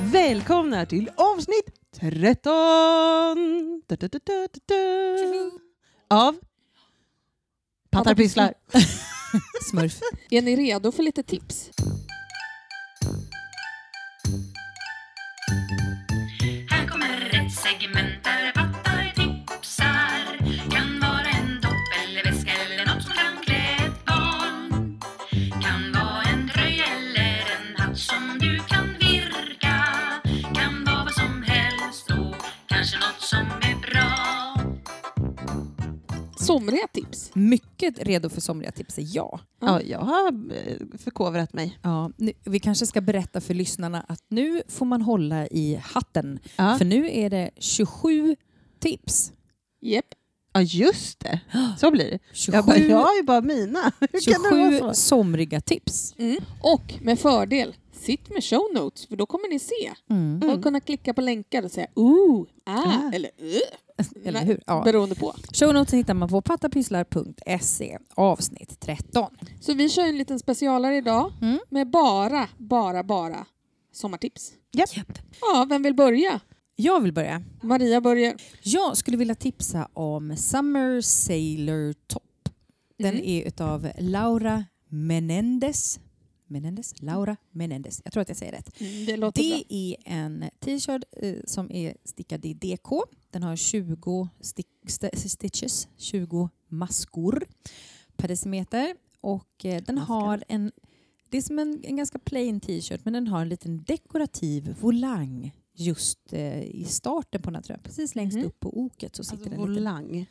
Välkomna till avsnitt 13 av Pattarpysslar. Smurf. Är ni redo för lite tips? Här kommer ett segment där Pattar tipsar. Kan vara en topp eller väska eller något som kan klä ett barn. Kan vara en tröja eller en hatt som du kan virka. Kan vara vad som helst och kanske något som är bra. Somriga tips. Mycket redo för somriga tips är jag. Ja, jag har förkovrat mig. Ja, nu, vi kanske ska berätta för lyssnarna att nu får man hålla i hatten. Ja, För nu är det 27 tips. Japp. ja just det. Så blir det. 27, Jag har ju bara mina. Hur kan det vara 27 så? somriga tips. Och med fördel, sitt med show notes för då kommer ni se. Och kunna klicka på länkar och säga eller Eller hur? Ja. beroende på. Show notes hittar man på pattarpysslar.se avsnitt 13. Så vi kör en liten specialare idag med bara sommartips. Japp. Ja, vem vill börja? Jag vill börja. Maria börjar. Jag skulle vilja tipsa om Summer Sailor Top. Den är utav Laura Menendez. Laura Menendez. Jag tror att jag säger rätt. Det låter bra. Det är en t-shirt som är stickad i DK. Den har 20 stitches, 20 maskor per decimeter. Och den har en... Det är som en ganska plain t-shirt, men den har en liten dekorativ volang just i starten på den här tröjan. Precis längst upp på oket så sitter Alltså, den lite... volang.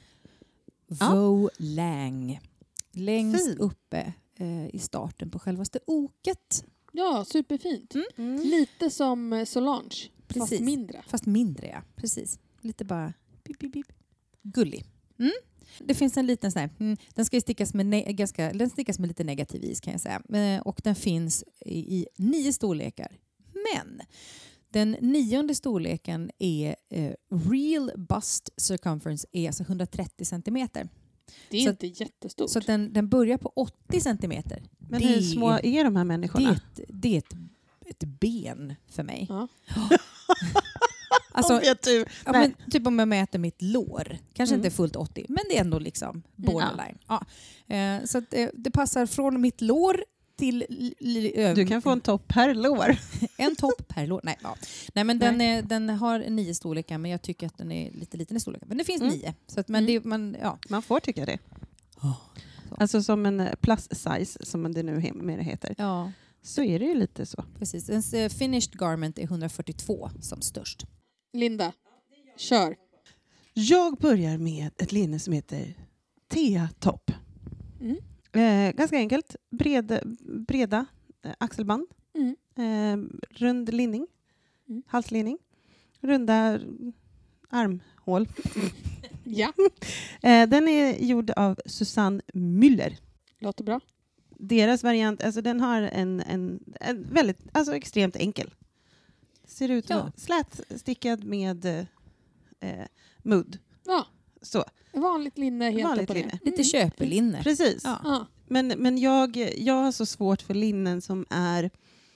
Volang. Längst Fin. uppe i starten på självaste oket. Ja, superfint. Lite som Solange, fast Precis. mindre. Fast mindre, ja. Precis. Lite bara bip. Gullig. Det finns en liten sån här, den ska ju stickas med den stickas med lite negativ is kan jag säga. Och den finns i 9 storlekar. Men den 9:e storleken är real bust circumference är alltså 130 centimeter. Det är Så inte jättestort. Så att den börjar på 80 centimeter. Men hur små är de här människorna? Det är ett ben för mig. Ja. Alltså, vet du. ja, men, typ om jag mäter mitt lår. Kanske inte fullt 80, men det är ändå liksom borderline. Ja. Så att, det passar från mitt lår till... Du kan få en topp per lår. En topp per lår. Nej, men den har 9 storlekar, men jag tycker att den är lite liten i storleken. Men det finns 9. Så att, men det, Man får tycka det. Alltså som en plus size, som det nu mer heter. Ja, Så är det ju lite så. precis. En finished garment är 142 som störst. Linda, kör. Jag börjar med ett linne som heter T-topp. Ganska enkelt. Breda axelband. Rund linning. Halslinning. Runda armhål. Ja, Den är gjord av Susanne Müller. låter bra. Deras variant, alltså den har en väldigt, alltså extremt enkel. Ser ut att vara slätstickad med mudd. Ja, Så. vanligt linne heter Vanligt på linne. det. Lite köpelinne. Precis. Ja. Ja. Men jag har så svårt för linnen som är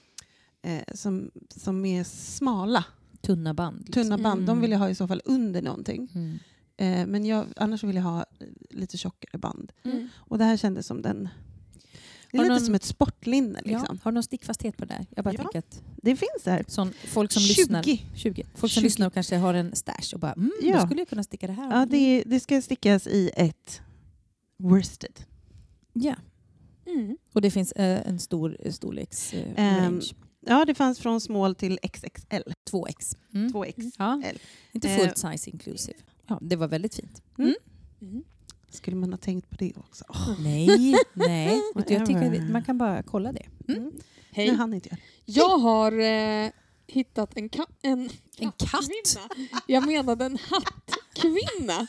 som är smala. Tunna band. Liksom. Tunna band, de vill jag ha i så fall under någonting. Men annars vill jag ha lite tjockare band. Och det här kändes som den... Det är Har lite någon- som ett sportlinne. Liksom. Ja. Har du någon stickfasthet på det där? Jag bara Ja. tänker att Det finns där. folk som 20. lyssnar... 20. Folk som 20. lyssnar och kanske har en stash och bara, Ja. då skulle jag kunna sticka det här. Ja, det ska stickas i ett worsted. Ja. Och det finns en stor storleks range. Ja, det fanns från small till XXL. 2X. 2X. Ja. Inte fullt size inclusive. Ja, det var väldigt fint. Skulle man ha tänkt på det också? Nej. Vet du, jag tycker att man kan bara kolla det. Hej. Nu hann inte jag. Jag har hittat en katt. En katt? Kvinna. Jag menade en hattkvinna.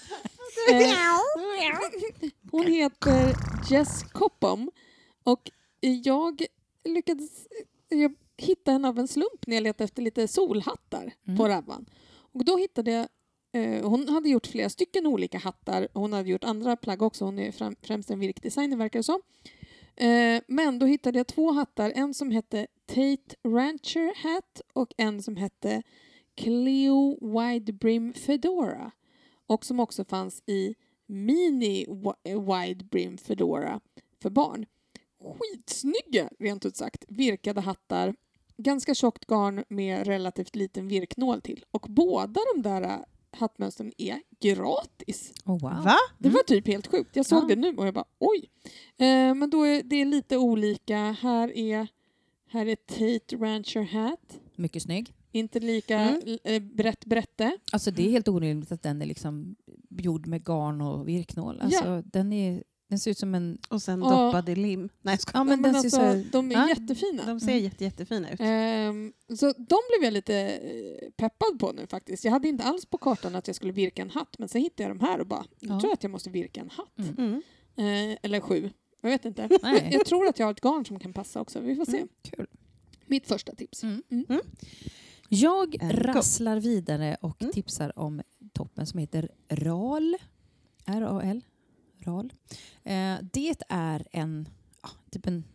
Hon heter Jess Copham. Och jag hittade henne av en slump när jag letade efter lite solhattar på Rabban. Och då hittade jag hon hade gjort flera stycken olika hattar. Hon hade gjort andra plagg också. Hon är främst en virkdesigner verkar det som. Men då hittade jag 2 hattar. En som hette Tate Rancher Hat och en som hette Cleo Wide Brim Fedora. Och som också fanns i Mini Wide Brim Fedora för barn. Skitsnygga, rent ut sagt, virkade hattar. Ganska tjockt garn med relativt liten virknål till. Och båda de där hattmönstren är gratis. Oh, wow. Va? Det var typ helt sjukt. Jag såg det nu och jag bara oj. Men då är det lite olika. Här är Tate Rancher Hat. Mycket snygg. Inte lika brett brätte. Alltså det är helt orimligt att den är liksom gjord med garn och virknål. Alltså den ser ut som en... Och sen doppad i lim. Nej, ja, men den alltså, ser så... de är jättefina. De ser jättefina ut. Så de blev jag lite peppad på nu faktiskt. Jag hade inte alls på kartan att jag skulle virka en hatt. Men sen hittade jag de här och bara, jag tror att jag måste virka en hatt. Eller 7. Jag vet inte. Jag tror att jag har ett garn som kan passa också. Vi får se. Kul. Mitt första tips. Jag rasslar vidare och tipsar om toppen som heter RAL. R-A-L. RAL. Det är en typ en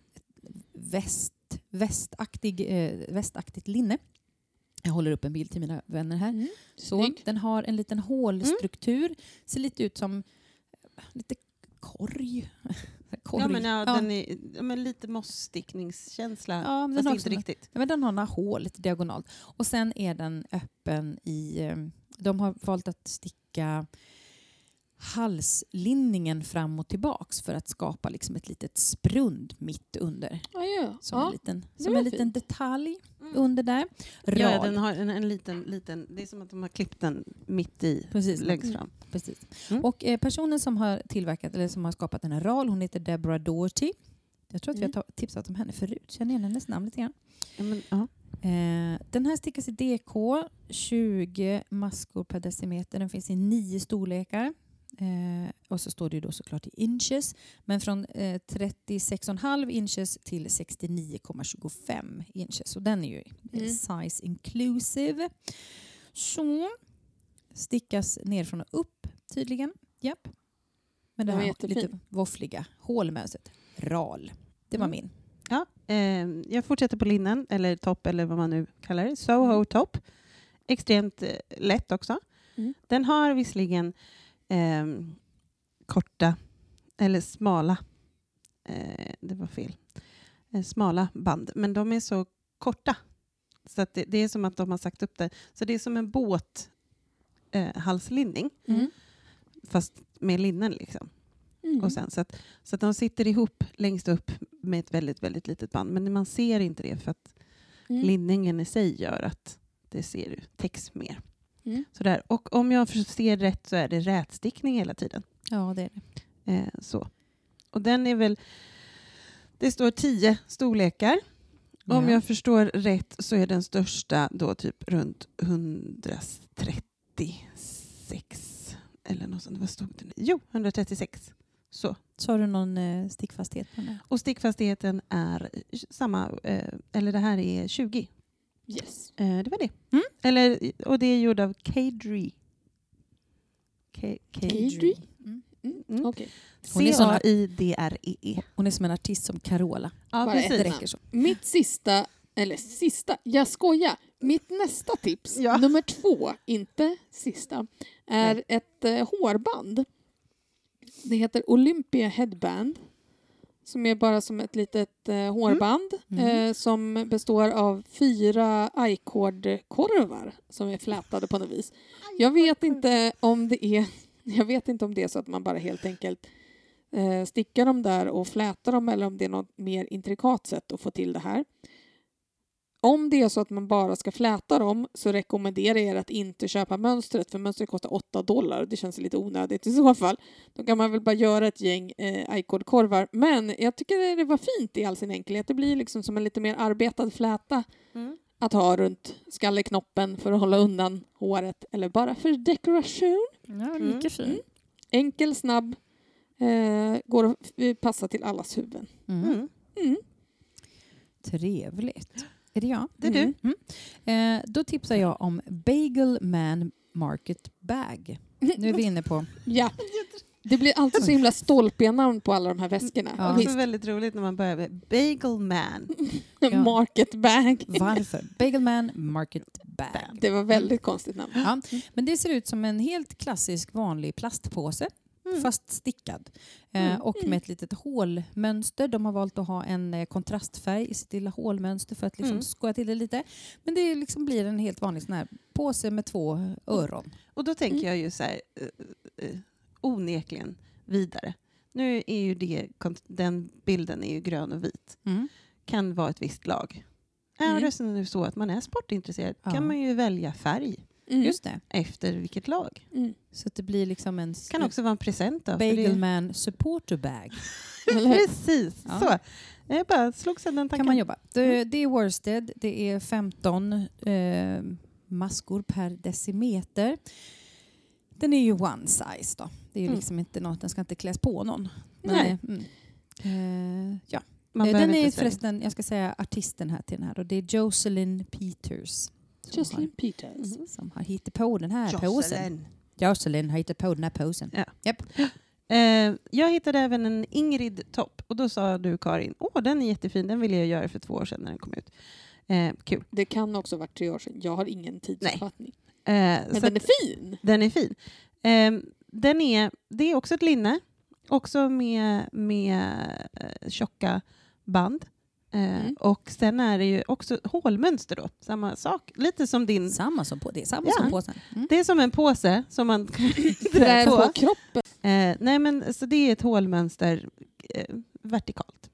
västaktigt linne. Jag håller upp en bild till mina vänner här. Så den har en liten hålstruktur. Ser lite ut som lite korg. Ja, den är lite mossstickningskänsla. Ja, men fast inte riktigt. Ja, men den har några hål lite diagonalt. Och sen är den öppen i... De har valt att sticka halslinningen fram och tillbaks för att skapa liksom ett litet sprund mitt under. Som en liten detalj under där. Ja, den har en liten... Det är som att de har klippt den mitt i, längst fram. Precis. Och personen som har tillverkat eller som har skapat den här RAL, hon heter Deborah Doherty. Jag tror att vi har tipsat om henne förut. Känner igen hennes namn lite grann. Den här stickas i DK, 20 maskor per decimeter. Den finns i 9 storlekar. Och så står det då såklart i inches. Men från 36,5 inches till 69,25 inches. Så den är ju size inclusive. Så stickas nerifrån och upp tydligen. Japp. Men det här lite våffliga hålmönstret. RAL. Det var min. Ja, jag fortsätter på linnen, eller topp, eller vad man nu kallar det. Soho topp. Extremt lätt också. Den har visserligen korta, eller smala, det var fel, smala band. Men de är så korta. Så att det är som att de har sagt upp det. Så det är som en båthalslinning. Fast med linnen liksom. Och sen, så att de sitter ihop längst upp med ett väldigt, väldigt litet band. Men man ser inte det för att linningen i sig gör att det ser täcks mer. Sådär. Och om jag ser rätt så är det rätstickning hela tiden. Ja, det är det. Så. Och den är väl... Det står 10 storlekar. Ja. Om jag förstår rätt så är den största då typ runt 136 eller något sånt. Vad stod det? Jo, 136. Så. har du någon stickfasthet på den? Och stickfastheten är samma, eller det här är 20. Yes. Det var det. Och det är gjord av Kadri. Kadri? Okay. C-A-I-D-R-E-E. Hon är som en artist som Carola. Ja, bara precis. det räcker så. Mitt sista, jag skojar. Mitt nästa tips, nummer 2, inte sista, är ett hårband. Det heter Olympia Headband. Som är bara som ett litet hårband som består av 4 i-cord-korvar som är flätade på något vis. Jag vet inte om det är så att man bara helt enkelt stickar dem där och flätar dem, eller om det är något mer intrikat sätt att få till det här. Om det är så att man bara ska fläta dem så rekommenderar jag er att inte köpa mönstret, för mönstret kostar $8. Det känns lite onödigt i så fall. Då kan man väl bara göra ett gäng i-cord-korvar. Men jag tycker det var fint i all sin enkelhet. Det blir liksom som en lite mer arbetad fläta att ha runt skalleknoppen för att hålla undan håret, eller bara för dekoration. Ja, mycket fint. Enkel, snabb, går att passa till allas huvuden. Trevligt. Är det jag? Det är du. Då tipsar jag om Bagel Man Market Bag. Nu är vi inne på... Ja. Det blir alltid så himla stolpiga namn på alla de här väskorna. Ja. Det är väldigt roligt när man börjar med Bagel Man. Market bag. Varför? Bagel Man Market Bag. Det var väldigt konstigt namn. Ja, men det ser ut som en helt klassisk vanlig plastpåse. Fast stickad. Och med ett litet hålmönster. De har valt att ha en kontrastfärg i sitt lilla hålmönster för att liksom skoja till det lite. Men det liksom blir en helt vanlig sån här påse med 2 öron. Och då tänker jag ju så här, onekligen vidare. Nu är ju den bilden är ju grön och vit. Kan vara ett visst lag. Är det nu så att man är sportintresserad kan man ju välja färg. Just det. Efter vilket lag. Så att det blir liksom en... Kan också vara en present då. Bagelman supporter bag. Precis. Ja. Så. Jag bara slog sedan den tanken. Kan man jobba. Det är worsted. Det är 15 maskor per decimeter. Den är ju one size då. Det är ju liksom inte något, den ska inte kläs på någon. Men, ja. Den är förresten, jag ska säga artisten här till den här. Och det är Jocelyn Peters. Som har hittat på den här påsen. Jocelyn har hittat på den här påsen. Ja. Yep. Jag hittade även en Ingrid-topp. Och då sa du, Karin, den är jättefin. Den ville jag göra för 2 år sedan när den kom ut. Kul. Det kan också varit 3 år sedan. Jag har ingen tidsuppfattning. Men den är fin. Den är fin. Det är också ett linne. Också med tjocka band. Och sen är det ju också hålmönster då. Samma sak. Lite som din... Det är samma som påsen. Det är som en påse som man trär på kroppen. Nej, men så det är ett hålmönster vertikalt.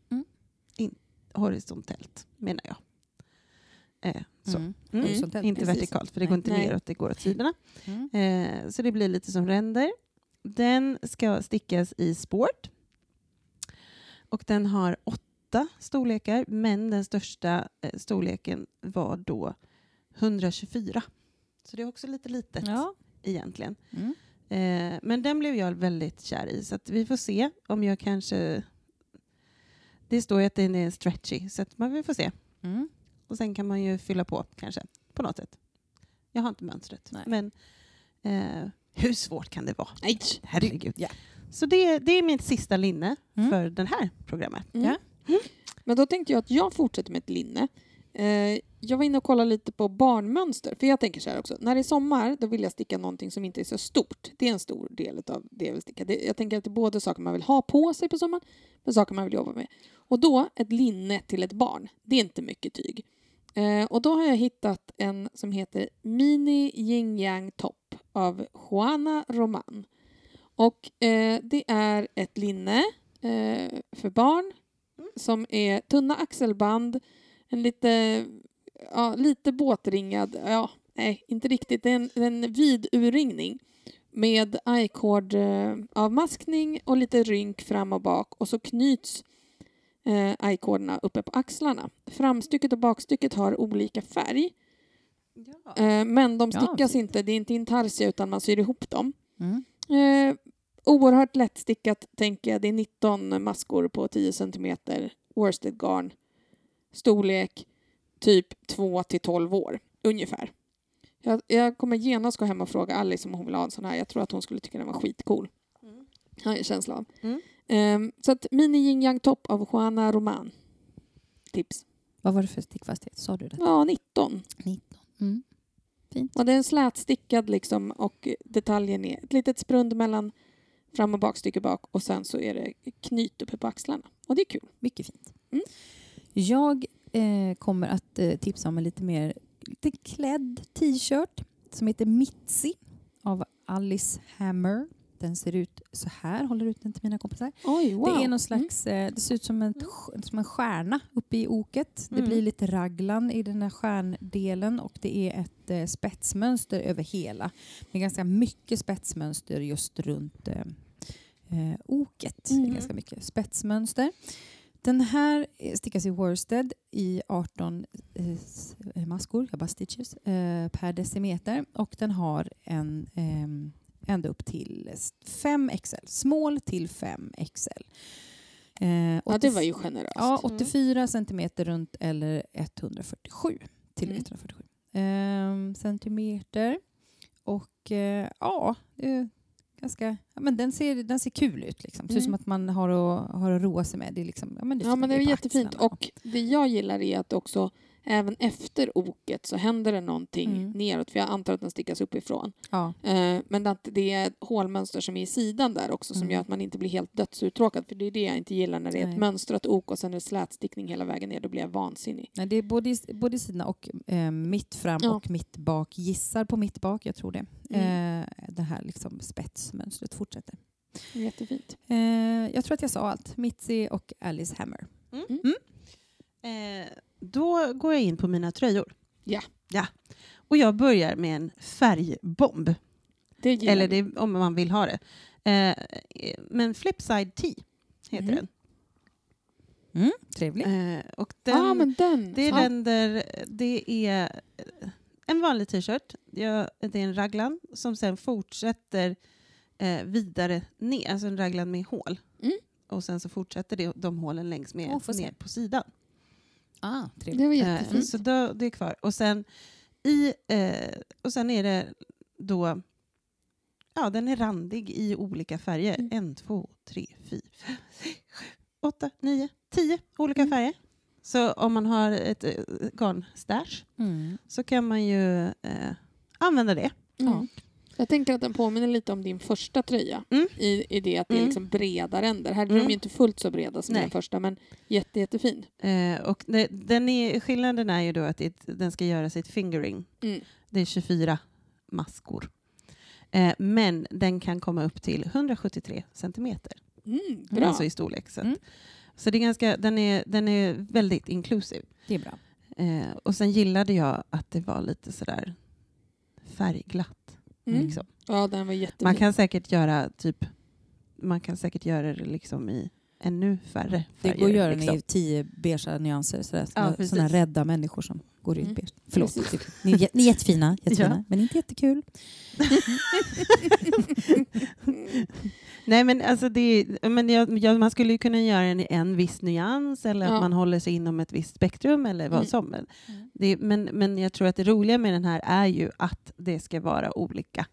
Horisontellt menar jag. Så. Inte vertikalt, för det går inte neråt, det går åt sidorna. Så det blir lite som ränder. Den ska stickas i sport. Och den har 8 storlekar, men den största storleken var då 124. Så det är också lite litet egentligen. Men den blev jag väldigt kär i, så att vi får se om jag kanske... Det står ju att den är stretchy, så att vi får se. Och sen kan man ju fylla på kanske, på något sätt. Jag har inte mönstret, men hur svårt kan det vara? Nej, herregud. Ja. Så det är mitt sista linne för den här programmet. Ja. Men då tänkte jag att jag fortsätter med ett linne. Jag var inne och kollade lite på barnmönster. För jag tänker så här också. När det är sommar, då vill jag sticka någonting som inte är så stort. Det är en stor del av det jag vill sticka. Jag tänker att det är både saker man vill ha på sig på sommaren, men saker man vill jobba med. Och då, ett linne till ett barn. Det är inte mycket tyg. Och då har jag hittat en som heter Mini Yin Yang Top av Juana Roman. Och det är ett linne för barn som är tunna axelband, en lite båtringad, inte riktigt, det är en vid urringning med i-cord avmaskning och lite rynk fram och bak, och så knyts i-corderna uppe på axlarna. Framstycket och bakstycket har olika färg. Men de stickas inte, det är inte intarsia utan man syr ihop dem. Oerhört lättstickat, tänker jag. Det är 19 maskor på 10 cm worsted garn. Storlek typ 2 till 12 år ungefär. Jag kommer genast gå hem och fråga Alice om hon vill ha en sån här. Jag tror att hon skulle tycka den var skitcool. Har jag en känsla av. Så att Mini Yin Yang Top av Juana Roman. Tips. Vad var det för stickfasthet? Sa du det? Ja, 19. 19. Fint. Och det är en slätstickad liksom, och detaljen är ett litet sprund mellan fram- och bakstycke bak, och sen så är det knyt uppe på axlarna. Och det är kul. Mycket fint. Jag kommer att tipsa om en lite klädd t-shirt som heter Mitzi av Alice Hammer. Den ser ut så här. Håller ut den till mina kompisar. Oj, wow. Det är någon slags, det ser ut som en stjärna uppe i oket. Det blir lite raglan i den här stjärndelen, och det är ett spetsmönster över hela. Med ganska mycket spetsmönster just runt oket. Ganska mycket spetsmönster. Den här stickas i worsted i 18 maskor, stitches, per decimeter. Och den har en ända upp till 5XL. Small till 5XL. Det var ju generöst. Ja, 84 centimeter runt eller 147 till 147 centimeter. Och ganska, men den ser kul ut. Liksom. Ser ut som att man har att roa sig med. Det är liksom, men det är jättefint. Och det jag gillar är att också även efter oket så händer det någonting neråt. För jag antar att den stickas uppifrån. Ja. Men att det är hålmönster som är i sidan där också som gör att man inte blir helt dödsuttråkad. För det är det jag inte gillar när det är ett mönstrat ok och sen är det slätstickning hela vägen ner. Då blir jag vansinnig. Nej, det är både i sidan och mitt fram och mitt bak. Gissar på mitt bak, jag tror det. Det här liksom spetsmönstret fortsätter. Jättefint. Jag tror att jag sa allt. Mitzi och Alice Hammer. Då går jag in på mina tröjor. Ja. Och jag börjar med en färgbomb. Eller det, om man vill ha det. Men Flipside Tee heter den. Trevlig. Och den, men den. Det är en vanlig t-shirt. Det är en raglan som sen fortsätter vidare ner. Alltså en raglan med hål. Och sen så fortsätter de hålen längs med ner på sidan. Trevligt. Det var jättefint. Så det är kvar. Och sen och sen är det då den är randig i olika färger. 1, 2, 3, 4, 5, 6, 7, 8, 9, 10 olika färger. Så om man har ett garnstash så kan man ju använda det. Jag tänker att den påminner lite om din första tröja. I det att det är liksom breda ränder. Här är de ju inte fullt så breda som den första, men jättefin. Och skillnaden är ju då att den ska göra sitt fingering. Det är 24 maskor. Men den kan komma upp till 173 centimeter. Bra. Alltså i storlek. Så det är ganska, den är väldigt inklusiv. Det är bra. Och sen gillade jag att det var lite sådär färgglatt. Liksom. Ja, den var jättefin. Man kan säkert göra det liksom i ännu färre färger. Det går att göra liksom. i 10 beige nyanser. Sådana precis. rädda människor som går ut beige. Förlåt. Ni är jättefina, men inte jättekul. Nej, men alltså man skulle ju kunna göra den i en viss nyans eller att man håller sig inom ett visst spektrum eller vad som. Men jag tror att det roliga med den här är ju att det ska vara olika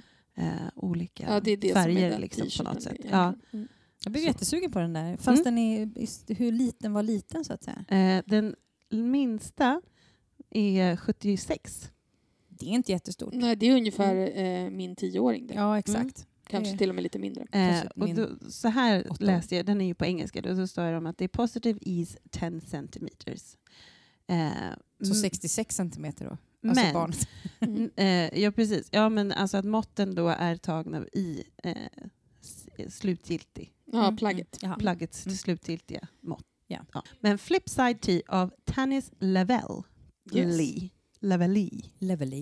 det färger liksom, på något sätt. Ja. Jag blev jättesugen på den där. Fast den är hur liten var liten så att säga? Den minsta är 76. Det är inte jättestort. Nej, det är ungefär min 10-åring. Det. Ja, exakt. Kanske till och med lite mindre. Och så här läste jag, den är ju på engelska, då står det om att det är positive ease 10 centimeters. Så 66 centimeter då? Alltså men, barnet. ja, precis. Ja, men alltså att måtten då är tagna i slutgiltig. Ja, plagget. Plaggets slutgiltiga mått. Ja. Ja. Men Flipside Tee av Tanis Lavelle. Lavelle.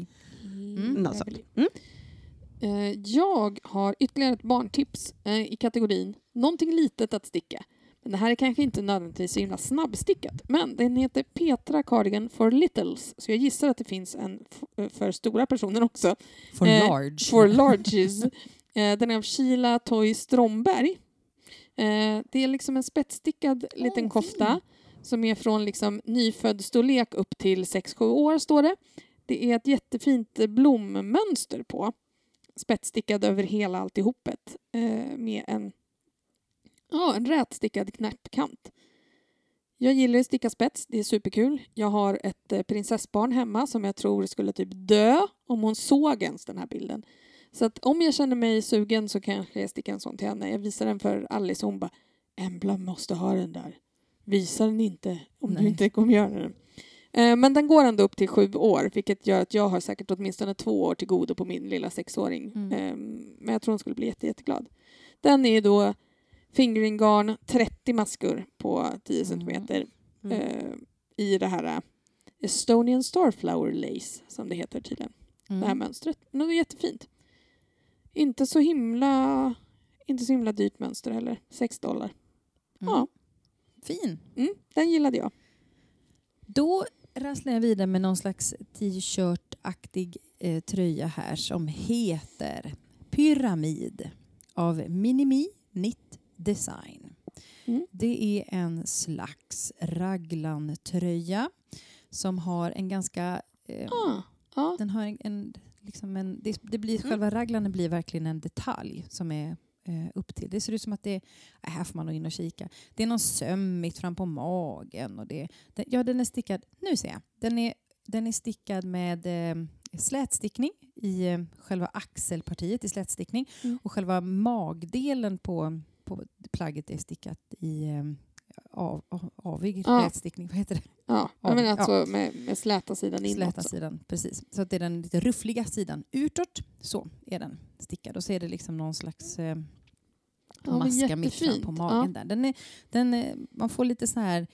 Jag har ytterligare ett barntips i kategorin någonting litet att sticka. Men det här är kanske inte nödvändigtvis så himla snabbstickat. Men den heter Petra Cardigan for Littles. Så jag gissar att det finns en för stora personer också. For larges. Den är av Sheila Toy Stromberg. Det är liksom en spetsstickad liten kofta som är från liksom nyfödd storlek upp till 6-7 år står det. Det är ett jättefint blommönster på. Spetsstickad över hela alltihopet. Med en rätstickad knäppkant. Jag gillar att sticka spets. Det är superkul. Jag har ett prinsessbarn hemma som jag tror skulle typ dö om hon såg ens den här bilden. Så att om jag känner mig sugen så kanske jag stickar en sån till henne. Jag visar den för Alice och hon bara Embla måste ha den där. Visa den inte om du inte kommer göra den. Men den går ändå upp till 7 år. Vilket gör att jag har säkert åtminstone 2 år till godo på min lilla 6-åring. Men jag tror hon skulle bli jätteglad. Den är då fingering garn 30 maskor på 10 centimeter. I det här Estonian Starflower Lace som det heter tydligen. Det här mönstret. Men det är jättefint. Inte så himla dyrt mönster heller. $6. Ja. Fin. Den gillade jag. Då rasslar jag vidare med någon slags t-shirt-aktig tröja här som heter Pyramid av Minimi Knit Design. Det är en slags raglantröja som har en ganska... Den har en liksom det blir, själva raglarna blir verkligen en detalj som är upp till. Det ser ut som att det är, här får man nog in och kika. Det är någon söm mitt fram på magen. Och den är stickad, nu ser jag. Den är stickad med slätstickning i själva axelpartiet i slätstickning. Och själva magdelen på plagget är stickat i avig slätstickning. Vad heter det? Ja, men alltså med släta sidan inåt. Släta sidan, precis. Så att det är den lite ruffliga sidan utåt. Så är den stickad. Och så är det liksom någon slags maska mitt fram på magen där. Man får lite så här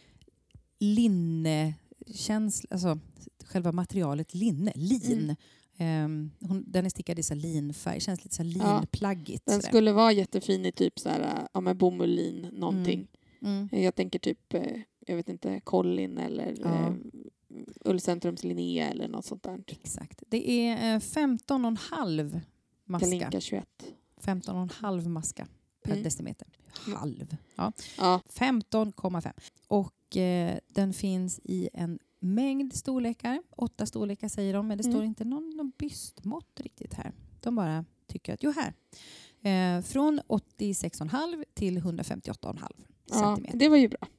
linnekänsla, alltså själva materialet lin. Den är stickad i så linfärg, känns lite så linplaggigt. Den skulle vara jättefin i typ så här, med bomullin någonting. Jag tänker typ, jag vet inte, Collin eller Ullcentrums Linnea eller något sånt där. Exakt. Det är 15,5 maska. Kalinka 21. 15,5 maska per decimeter. Halv. Ja. 15,5. Och den finns i en mängd storlekar. 8 storlekar säger de, men det står inte någon bystmått riktigt här. De bara tycker att, här. Från 86,5 till 158,5 centimeter. Det var ju bra.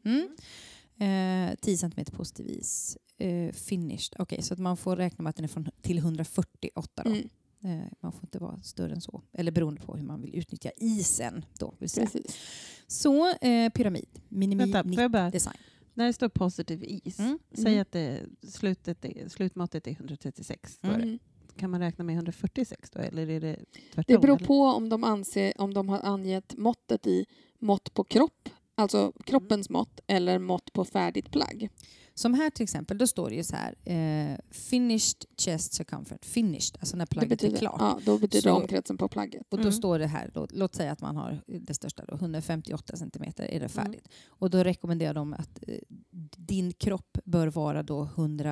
10 centimeter positivis. Finished. Okej, så att man får räkna med att den är till 148 då. Man får inte vara större än så. Eller beroende på hur man vill utnyttja isen då. Precis. Så pyramid. Design. När det står positive is, säg att slutmåttet är 136. Kan man räkna med 146 då? Eller är det tvärtom? Det beror på om de har angett måttet i mått på kropp, alltså kroppens mått, eller mått på färdigt plagg. Som här till exempel, då står det ju så här finished chest circumference. Finished, alltså när plagget är klart. Ja, då betyder det omkretsen på plagget. Och då står det här, låt säga att man har det största då, 158 centimeter är det färdigt. Och då rekommenderar de att din kropp bör vara då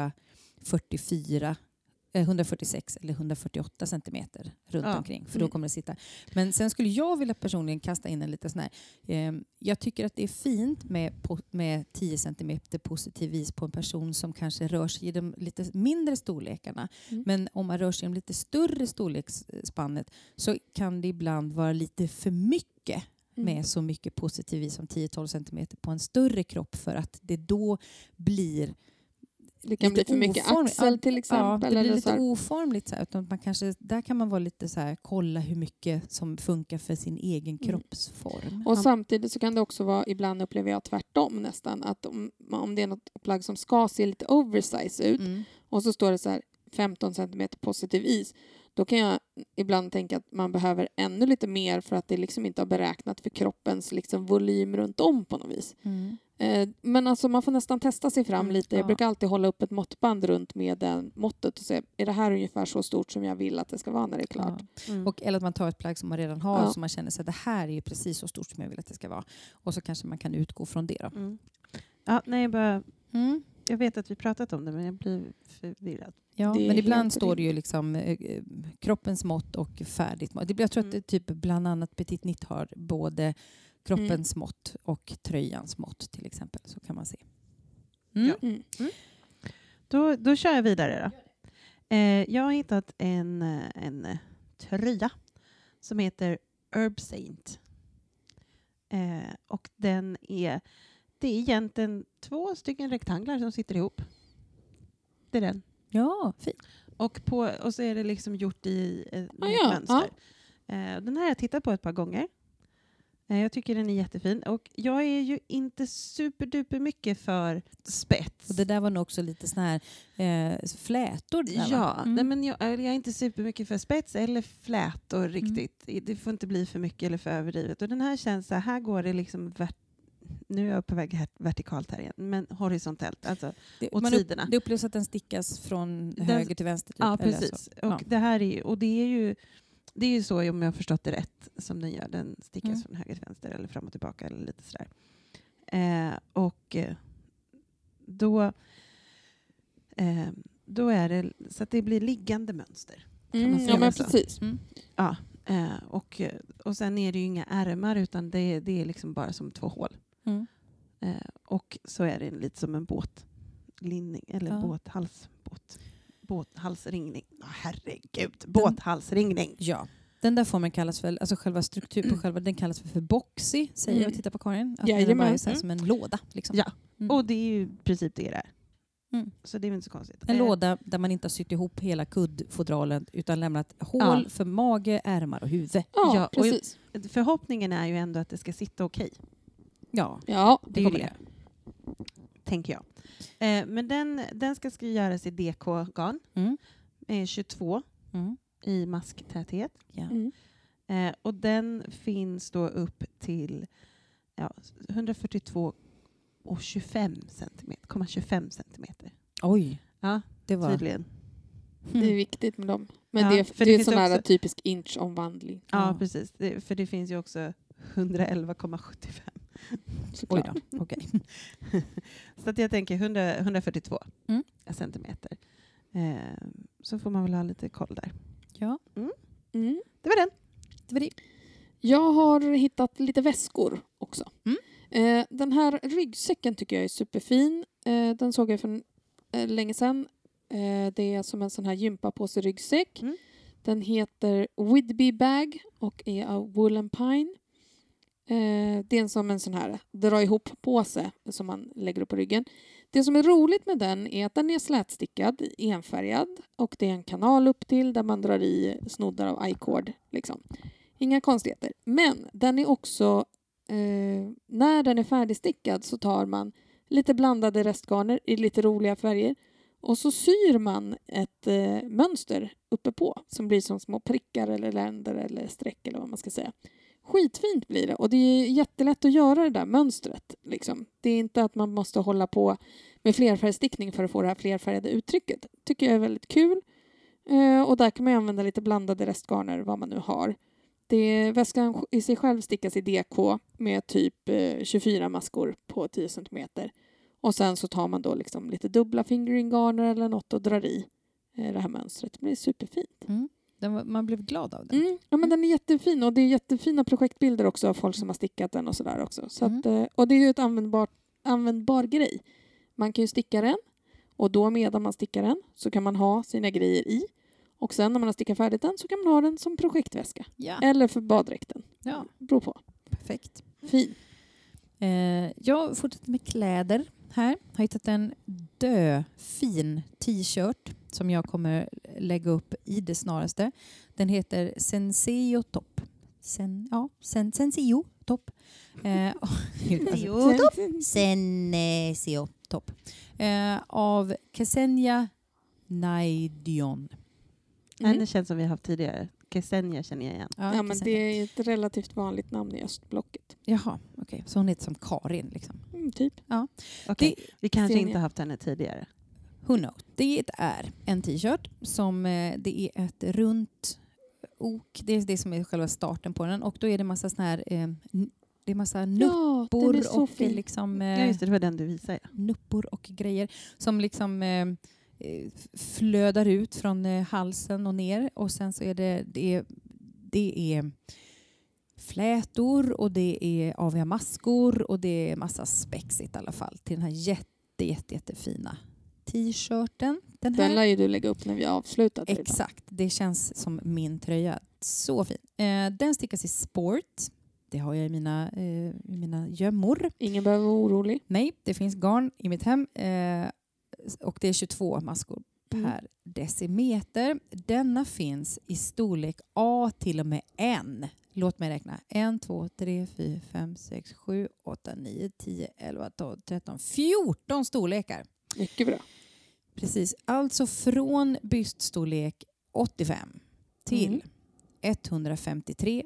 146 eller 148 centimeter runt omkring. För då kommer det sitta. Men sen skulle jag vilja personligen kasta in en lite sån här. Jag tycker att det är fint med 10 centimeter positiv vis på en person som kanske rör sig i de lite mindre storlekarna. Men om man rör sig i de lite större storleksspannet så kan det ibland vara lite för mycket med så mycket positiv vis som 10-12 centimeter på en större kropp, för att det då blir det kan bli för mycket axel till exempel. Ja, det blir eller lite så oformligt. Så här, utan man kanske, där kan man vara lite så här, kolla hur mycket som funkar för sin egen kroppsform. Och samtidigt så kan det också vara, ibland upplever jag tvärtom nästan, att om det är något plagg som ska se lite oversize ut och så står det så här 15 centimeter positiv is, då kan jag ibland tänka att man behöver ännu lite mer för att det liksom inte har beräknat för kroppens liksom volym runt om på något vis. Men alltså man får nästan testa sig fram lite. Jag brukar alltid hålla upp ett måttband runt med den måttet och se, är det här ungefär så stort som jag vill att det ska vara när det är klart? Och, eller att man tar ett plagg som man redan har så man känner sig att det här är ju precis så stort som jag vill att det ska vara. Och så kanske man kan utgå från det då. Jag vet att vi pratat om det, men jag blir förvirrad. Ja, men ibland står det ju liksom kroppens mått och färdigt mått. Jag tror att det typ bland annat Petit Knit har både kroppens mått och tröjans mått till exempel. Så kan man se. Då kör jag vidare då. Jag har hittat en tröja som heter Herb Saint. Och det är egentligen 2 stycken rektanglar som sitter ihop. Det är den. Ja, fint. Och så är det liksom gjort i ett mönster. Den här har jag tittat på ett par gånger. Jag tycker den är jättefin. Och jag är ju inte superduper mycket för spets. Och det där var nog också lite sån här flätor. Där, nej, men jag är inte supermycket för spets eller flätor riktigt. Det får inte bli för mycket eller för överdrivet. Och den här känns så här går det liksom nu är jag på väg vertikalt här igen, men horisontellt, alltså åt sidorna. Det upplevs att den stickas från höger till vänster. Typ, ja, precis. Och det är ju så, om jag har förstått det rätt, som den gör. Den stickas från höger till vänster eller fram och tillbaka eller lite sådär. Då är det så att det blir liggande mönster. Kan man säga ja, men precis. Ja, och sen är det ju inga ärmar, utan det är liksom bara som 2 hål. Och så är det lite som en båtlinning eller båthalsringning. Herregud. Gud, båthalsringning. Ja. Den där formen kallas för, alltså själva struktur på själva, den kallas för boxy, säger jag. Titta på Karin. Att den bara är så här som en låda. Liksom. Ja, och det är ju i princip det är. Så det är inte så konstigt. En låda där man inte har sytt ihop hela kuddfodralen utan lämnat hål för mage, ärmar och huvud. Ja, precis. Och förhoppningen är ju ändå att det ska sitta okej. Ja, det kommer det. Tänker jag. Men den ska göras i DK-garn. 22 i masktäthet. Ja. Och den finns då upp till 142,25 centimeter. Oj. Ja, det var tydligen. Det är viktigt med dem. Men Ja, det är en sån också här typisk inch-omvandling. Ja, precis. För det finns ju också 111,75. Oj då, okej. Så att jag tänker 142 centimeter. Så får man väl ha lite koll där. Ja. Det var den. Det var det. Jag har hittat lite väskor också. Den här ryggsäcken tycker jag är superfin. Den såg jag för länge sedan. Det är som en sån här gympapåse-ryggsäck. Den heter Whidbey Bag och är av Wool & Pine. Det är som en sån här dra ihop-påse som man lägger upp på ryggen. Det som är roligt med den är att den är slätstickad, enfärgad och det är en kanal upp till där man drar i snoddar av i-cord. Liksom. Inga konstigheter. Men den är också, när den är färdigstickad så tar man lite blandade restgarner i lite roliga färger och så syr man ett mönster uppe på som blir som små prickar eller länder eller streck eller vad man ska säga. Skitfint blir det och det är jättelätt att göra det där mönstret. Liksom. Det är inte att man måste hålla på med flerfärgstickning för att få det här flerfärgade uttrycket. Tycker jag är väldigt kul. Och där kan man använda lite blandade restgarner vad man nu har. Väskan i sig själv stickas i DK med typ 24 maskor på 10 cm. Och sen så tar man då liksom lite dubbla fingeringgarner eller något och drar i det här mönstret. Det blir superfint. Man blev glad av den. Ja, men den är jättefin och det är jättefina projektbilder också av folk som har stickat den och sådär också. Så att, och det är ju ett användbar grej. Man kan ju sticka den och då medan man stickar den så kan man ha sina grejer i. Och sen när man har stickat färdigt den så kan man ha den som projektväska. Ja. Eller för baddräkten. Ja. Beror på. Perfekt. Fin. Jag fortsätter med kläder här. Jag har hittat en fin t-shirt som jag kommer lägga upp i det snaraste. Den heter Senseo Top. Senseo Top. Senseo Top. Av Ksenia Naidion. Det känns som vi har haft tidigare. Ksenia känner jag igen. Ja, men det är ett relativt vanligt namn i östblocket. Jaha, okej. Så hon heter som Karin liksom. Typ. Ja. Okay. Vi kanske inte haft henne tidigare. Who knows? Det är en t-shirt som det är ett runt ok. Det är det som är själva starten på den. Och då är det massa sån här det är massa nuppor och liksom ja, just det var den du visade. Ja. Nuppor och grejer som liksom flödar ut från halsen och ner och sen så är det är flätor och det är aviga maskor och det är massa spexigt i alla fall till den här jättefina t-shirten. Den lär ju du lägga upp när vi har avslutat. Exakt, det känns som min tröja. Så fin. Den stickas i sport. Det har jag i mina gömmor. Ingen behöver vara orolig. Nej, det finns garn i mitt hem. Och det är 22 maskor per decimeter. Denna finns i storlek A till och med N. Låt mig räkna. 1, 2, 3, 4, 5, 6, 7, 8, 9, 10, 11, 12, 13, 14 storlekar. Mycket bra. Precis. Alltså från byststorlek 85 till 153,5.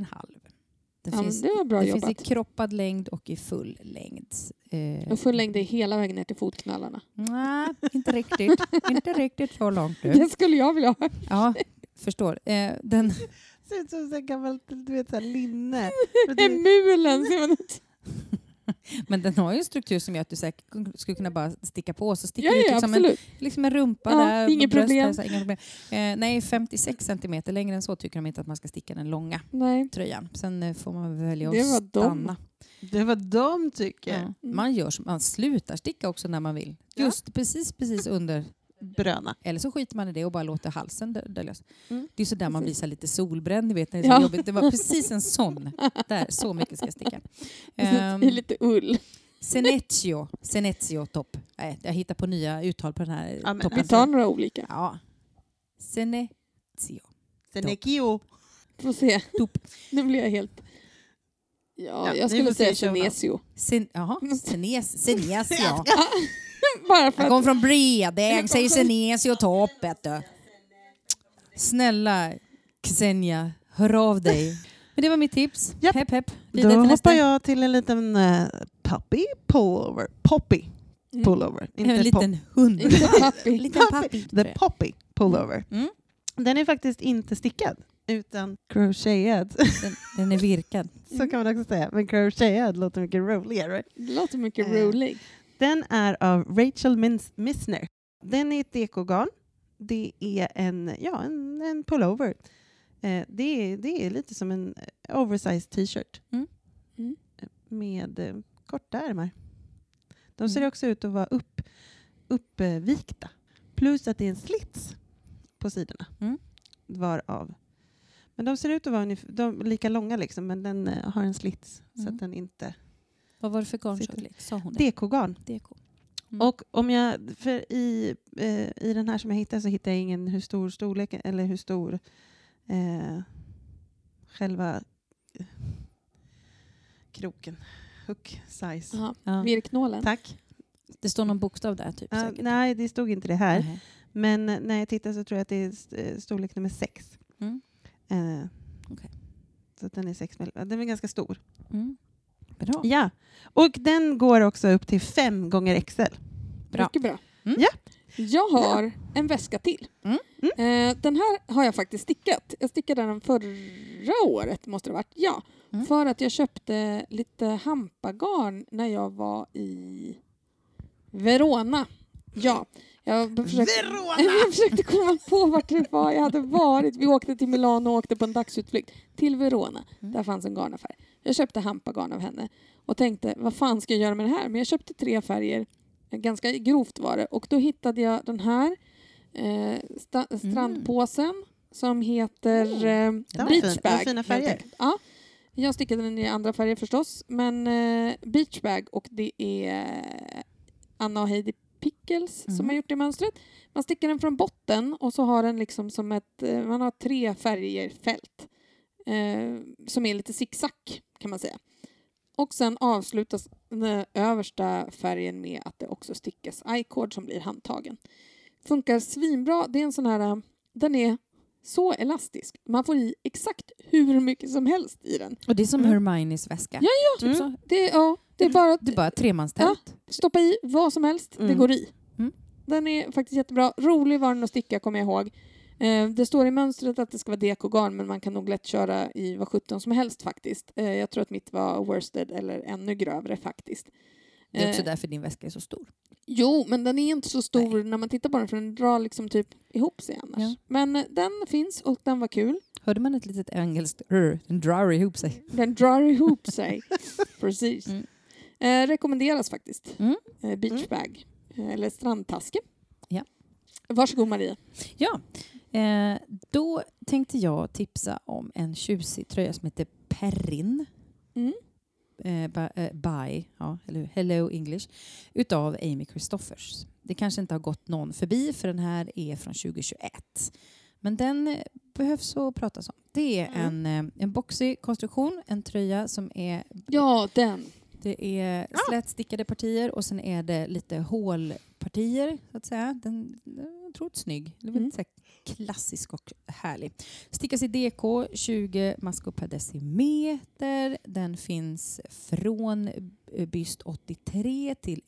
Det var bra jobbat. finns i kroppad längd och i full längd. Och full längd är hela vägen ner till fotknallarna. Nej, inte riktigt. Inte riktigt så långt. Det skulle jag vilja ha. Ja, förstår. Den ser ut som så gammalt, du vet, så här linne. Mulen ser man ut. Men den har ju en struktur som gör att du säkert skulle kunna bara sticka på. Så sticker ut liksom en rumpa där. Inget problem. Där, inga problem. Nej, 56 centimeter längre än så tycker de inte att man ska sticka den långa tröjan. Sen får man välja att stanna. Det var de tycker. Ja. Man slutar sticka också när man vill. Just precis under bröna. Eller så skiter man i det och bara låter halsen döljas. Mm. Det är så där man blir så lite solbränd, ni vet när det är så jobbigt. Det var precis en sån. Där, så mycket ska jag sticka. Det är lite ull. Senezio topp. Nej, jag hittar på nya uttal på den här toppen. Vi tar några olika. Ja. Senezio. Senekio. Får se. Top. Nu blir jag helt... Ja, jag ni skulle får säga se Senesio. Senesio. Bara för Jag att... kom från Bredäg, säger Senesio topp. Snälla Xenia, hör av dig. Men det var mitt tips. Japp. Hepp, hepp. Då Vidare till nästa. hoppar jag till en liten puppy pullover. Poppy pullover. En liten hund. Inte pappi. Liten pappi. The poppy pullover. Mm. Den är faktiskt inte stickad utan crochetad. Den är virkad. Så kan man också säga. Men crochetad låter mycket roligare. Det låter mycket roligt. Den är av Rachel Misner. Den är ett dekogarn. Det är en pullover. Det är lite som en oversized t-shirt. Mm. Mm. Med korta ärmar. De ser också ut att vara uppvikta. Plus att det är en slits på sidorna. Mm. Varav. Men de ser ut att vara lika långa liksom, men den har en slits så att den inte... Vad var det för garnstorlek? Sa hon det? Dekogarn. Deko. Och om jag i den här som jag hittade så hittar jag ingen hur stor storlek eller hur stor själva kroken. Hook size. Aha. Ja. Virknålen. Tack. Det står någon bokstav där typ säkert. Nej, det stod inte det här. Nej. Men när jag tittar så tror jag att det är storlek nummer 6. Mm. Okej. Så att den är 6 mm. Den är ganska stor. Mm. Bra. Ja. Och den går också upp till 5 gånger XL. Bra. Mycket bra. Mm. Ja. Jag har en väska till. Mm. Den här har jag faktiskt stickat. Jag stickade den förra året, måste det ha varit. Ja. Mm. För att jag köpte lite hampagarn när jag var i Verona. Ja. Jag försökte komma på vart det var jag hade varit. Vi åkte till Milano och åkte på en dagsutflykt till Verona. Där fanns en garnaffär. Jag köpte hampagarn av henne och tänkte, vad fan ska jag göra med det här? Men jag köpte 3 färger. Ganska grovt var det. Och då hittade jag den här strandpåsen som heter Beachbag. Fina färger. Ja, jag stickade den i andra färger förstås. Men Beachbag, och det är Anna och Heidi Pickles som har gjort det mönstret. Man stickar den från botten och så har den liksom som man har 3 färger fält. Som är lite zigzag kan man säga. Och sen avslutas den översta färgen med att det också stickas I-cord som blir handtagen. Funkar svinbra. Det är en sån här, den är så elastisk. Man får i exakt hur mycket som helst i den. Och det är som Hermiones väska. Ja. Typ så. Det är bara Det är bara 3-manstält. stoppa i vad som helst. Det går i. Mm. Den är faktiskt jättebra. Rolig var den att sticka, kommer jag ihåg. Det står i mönstret att det ska vara dekogarn, men man kan nog lätt köra i vad 17 som helst faktiskt. Jag tror att mitt var worsted eller ännu grövre faktiskt. Det är också därför din väska är så stor. Jo, men den är inte så stor när man tittar på den, för den drar liksom typ ihop sig annars. Ja. Men den finns och den var kul. Hörde man ett litet engelskt den drar ihop sig. Den drar ihop sig. Precis. Rekommenderas faktiskt. Beachbag. Eller strandtaske. Ja. Varsågod Maria. Ja, då tänkte jag tipsa om en tjusig tröja som heter Perrin. Eller Hello English, utav Amy Christoffers. Det kanske inte har gått någon förbi, för den här är från 2021. Men den behövs att pratas om. Det är en boxig konstruktion, en tröja som är... Ja, den. Det är slätstickade partier och sen är det lite hålpartier, så att säga. Jag tror det är snygg. Det är väldigt så här klassisk och härlig. Stickas i DK, 20 maskor per decimeter. Den finns från byst 83 till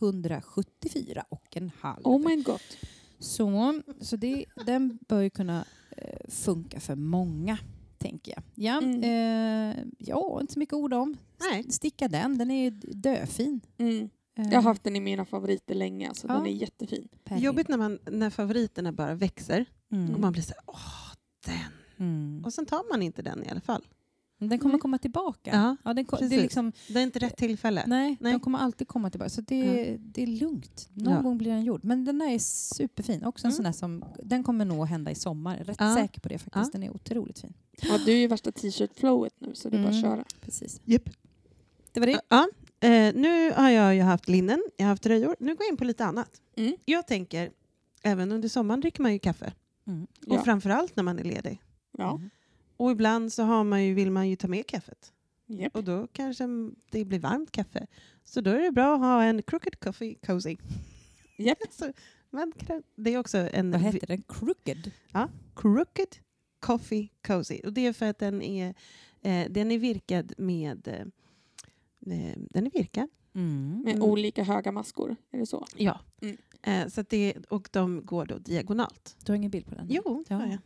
174,5. Oh my god. Så den bör ju kunna funka för många, tänker jag. Ja, inte så mycket ord om. Nej. Sticka den är döfin. Jag har haft den i mina favoriter länge, så den är jättefin. Jobbigt när favoriterna bara växer och man blir så här, den. Och sen tar man inte den i alla fall. Den kommer komma tillbaka. Ja, det precis. är liksom, det är inte rätt tillfälle. Nej, Nej. de kommer alltid komma tillbaka. Så det är lugnt. Någon gång blir den gjord. Men den där är superfin. Också en sån där som, den kommer nog hända i sommar. Rätt säker på det faktiskt. Den är otroligt fin. Ja, du är ju värsta t-shirt-flowet nu så det är bara att köra. Precis. Yep. Det var det. Ja. Nu har jag ju haft linnen, jag har haft tröjor. Nu går jag in på lite annat. Jag tänker, även under sommaren dricker man ju kaffe. Och framförallt när man är ledig. Ja. Och ibland så vill man ju ta med kaffet. Yep. Och då kanske det blir varmt kaffe. Så då är det bra att ha en crooked coffee cozy. Yep. Så det är också en... Vad heter den? Crooked? Ja, crooked coffee cozy. Och det är för att den är virkad med... den är virkad. Med olika höga maskor, är det så? Ja. Så att och de går då diagonalt. Du har ingen bild på den? Jo, det har jag.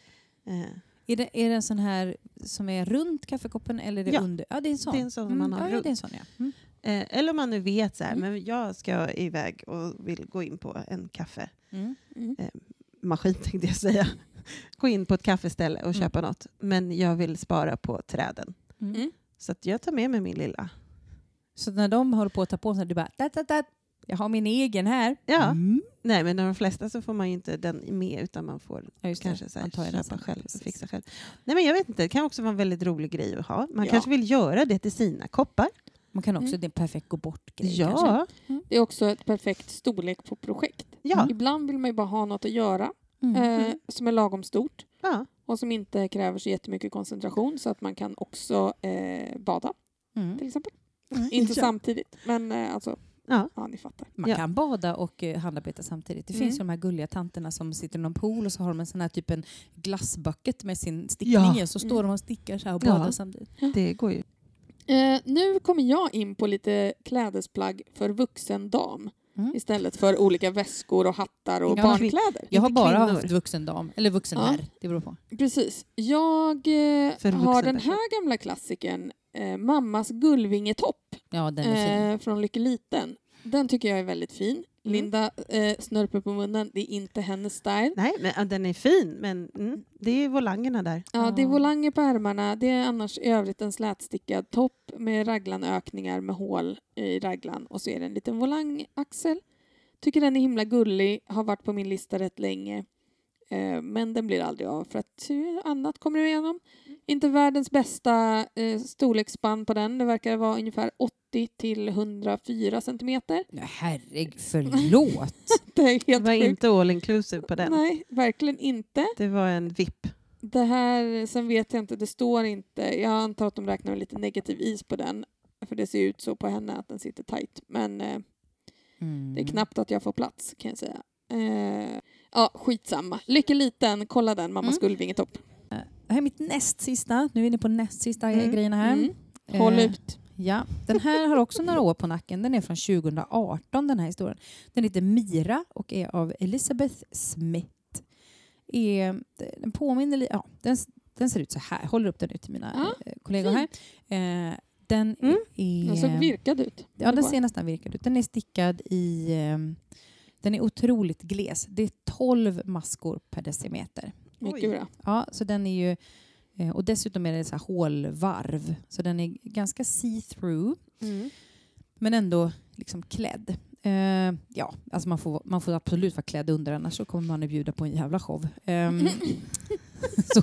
Är det en sån här som är runt kaffekoppen eller är det under? Ja, det är en sån. Det är en sån man har runt. Det är en sån, eller om man nu vet så här, men jag ska iväg och vill gå in på en maskin tänkte jag säga. Gå in på ett kaffeställe och köpa något. Men jag vill spara på träden. Så att jag tar med mig min lilla. Så när de håller på att ta på sig, du bara jag har min egen här. Ja. Nej, men de flesta så får man ju inte den med utan man får kanske så här, köpa själv och fixa själv. Nej, men jag vet inte, det kan också vara en väldigt rolig grej att ha. Man kanske vill göra det till sina koppar. Man kan också, det är en perfekt gå bort-grej. Ja. Det är också ett perfekt storlek på projekt. Ja. Ibland vill man ju bara ha något att göra som är lagom stort. Ja. Och som inte kräver så jättemycket koncentration så att man kan också bada till exempel. Inte samtidigt, men alltså ni fattar. Man kan bada och handarbeta samtidigt. Det finns ju de här gulliga tanterna som sitter i någon pool och så har de en sån här typ en glassbucket med sin stickning i, så står de och stickar så här och badar samtidigt. Det går ju. Nu kommer jag in på lite klädesplagg för vuxen dam. Istället för olika väskor och hattar och barnkläder. Jag har bara haft vuxen dam, eller vuxen herr, det beror på. Precis. Jag har den här gamla klassikern, Mammas gullvingetopp den är fin. från Lykke Liten. Den tycker jag är väldigt fin. Linda snörper på munnen, det är inte hennes style. Nej, men den är fin, men det är volangerna där. Ja, det är volanger på ärmarna. Det är annars i övrigt en slätstickad topp med raglanökningar med hål i raglan. Och så är det en liten volangaxel. Tycker den är himla gullig. Har varit på min lista rätt länge. Men den blir aldrig av för att annat kommer jag igenom. Inte världens bästa storleksspann på den. Det verkar vara ungefär 80 till 104 centimeter. Herregud, förlåt. Det är helt det var sjukt. inte all inclusive på den. Nej, verkligen inte. Det var en VIP. Det här, sen vet jag inte, det står inte. Jag antar att de räknar med lite negativ is på den. För det ser ut så på henne att den sitter tight. Men det är knappt att jag får plats kan jag säga. Skitsamma. Lykke Liten, kolla den, Mammas gullvingetopp. Det här är mitt näst sista. Nu är vi inne på näst sista grejerna här. Håll ut. Ja, den här har också några år på nacken. Den är från 2018, den här historien. Den heter Mira och är av Elizabeth Smith. Den påminner lite... Ja, den ser ut så här. Håller upp den ut till mina kollegor här. Den såg virkad ut. Ja, den ser nästan virkad ut. Den är stickad i... Den är otroligt gles. Det är 12 maskor per decimeter. Mycket bra. Ja, så den är ju... Och dessutom är det så här hålvarv. Så den är ganska see-through. Men ändå liksom klädd. Alltså man får absolut vara klädd under, annars så kommer man att bjuda på en jävla show. Så.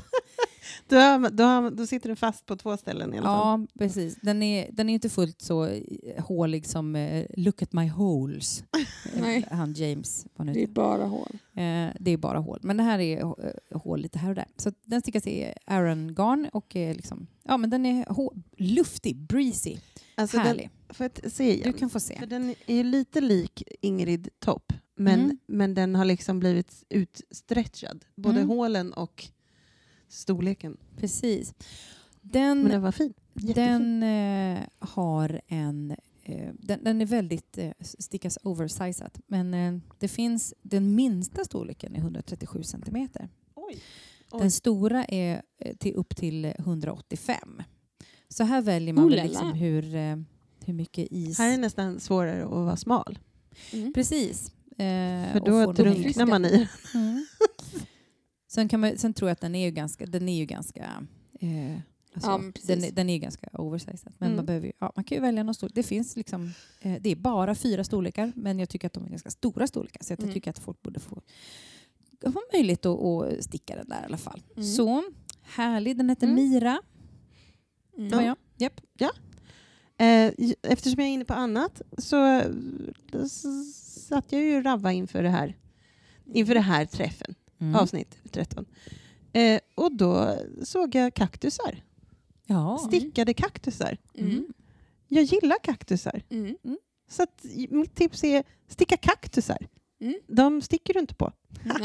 Då sitter den fast på 2 ställen i alla fall. Ja, precis. Den är inte fullt så hålig som Look at my holes. Han James. Det är bara hål. Det är bara hål. Men det här är hål lite här och där. Så den stickas i Aran garn och liksom, men den är luftig, breezy, alltså härlig. Får jag se igen? Du kan få se. För den är lite lik Ingrid Topp, men den har liksom blivit utstretchad. Både hålen och storleken. Precis. Men den var fin. Den har en... Den är väldigt stickas oversized. Men det finns... Den minsta storleken är 137 centimeter. Oj. Den stora är upp till 185. Så här väljer man väl liksom hur mycket is... Här är nästan svårare att vara smal. Precis. För då drunknar man i. Sen tror jag att den är ju ganska Alltså, den är ganska oversized. Men man kan ju välja någon storlek. Det finns liksom, det är bara 4 storlekar, men jag tycker att de är ganska stora storlekar. Så jag tycker att folk borde få möjlighet att sticka den där i alla fall. Så, härlig. Den heter Mira. Ja. Yep. Ja. Eftersom jag är inne på annat så satt jag ju ravva inför det här träffen. Avsnitt 13. Och då såg jag kaktusar. Ja. Stickade kaktusar. Jag gillar kaktusar. Så att mitt tips är sticka kaktusar. De sticker du inte på.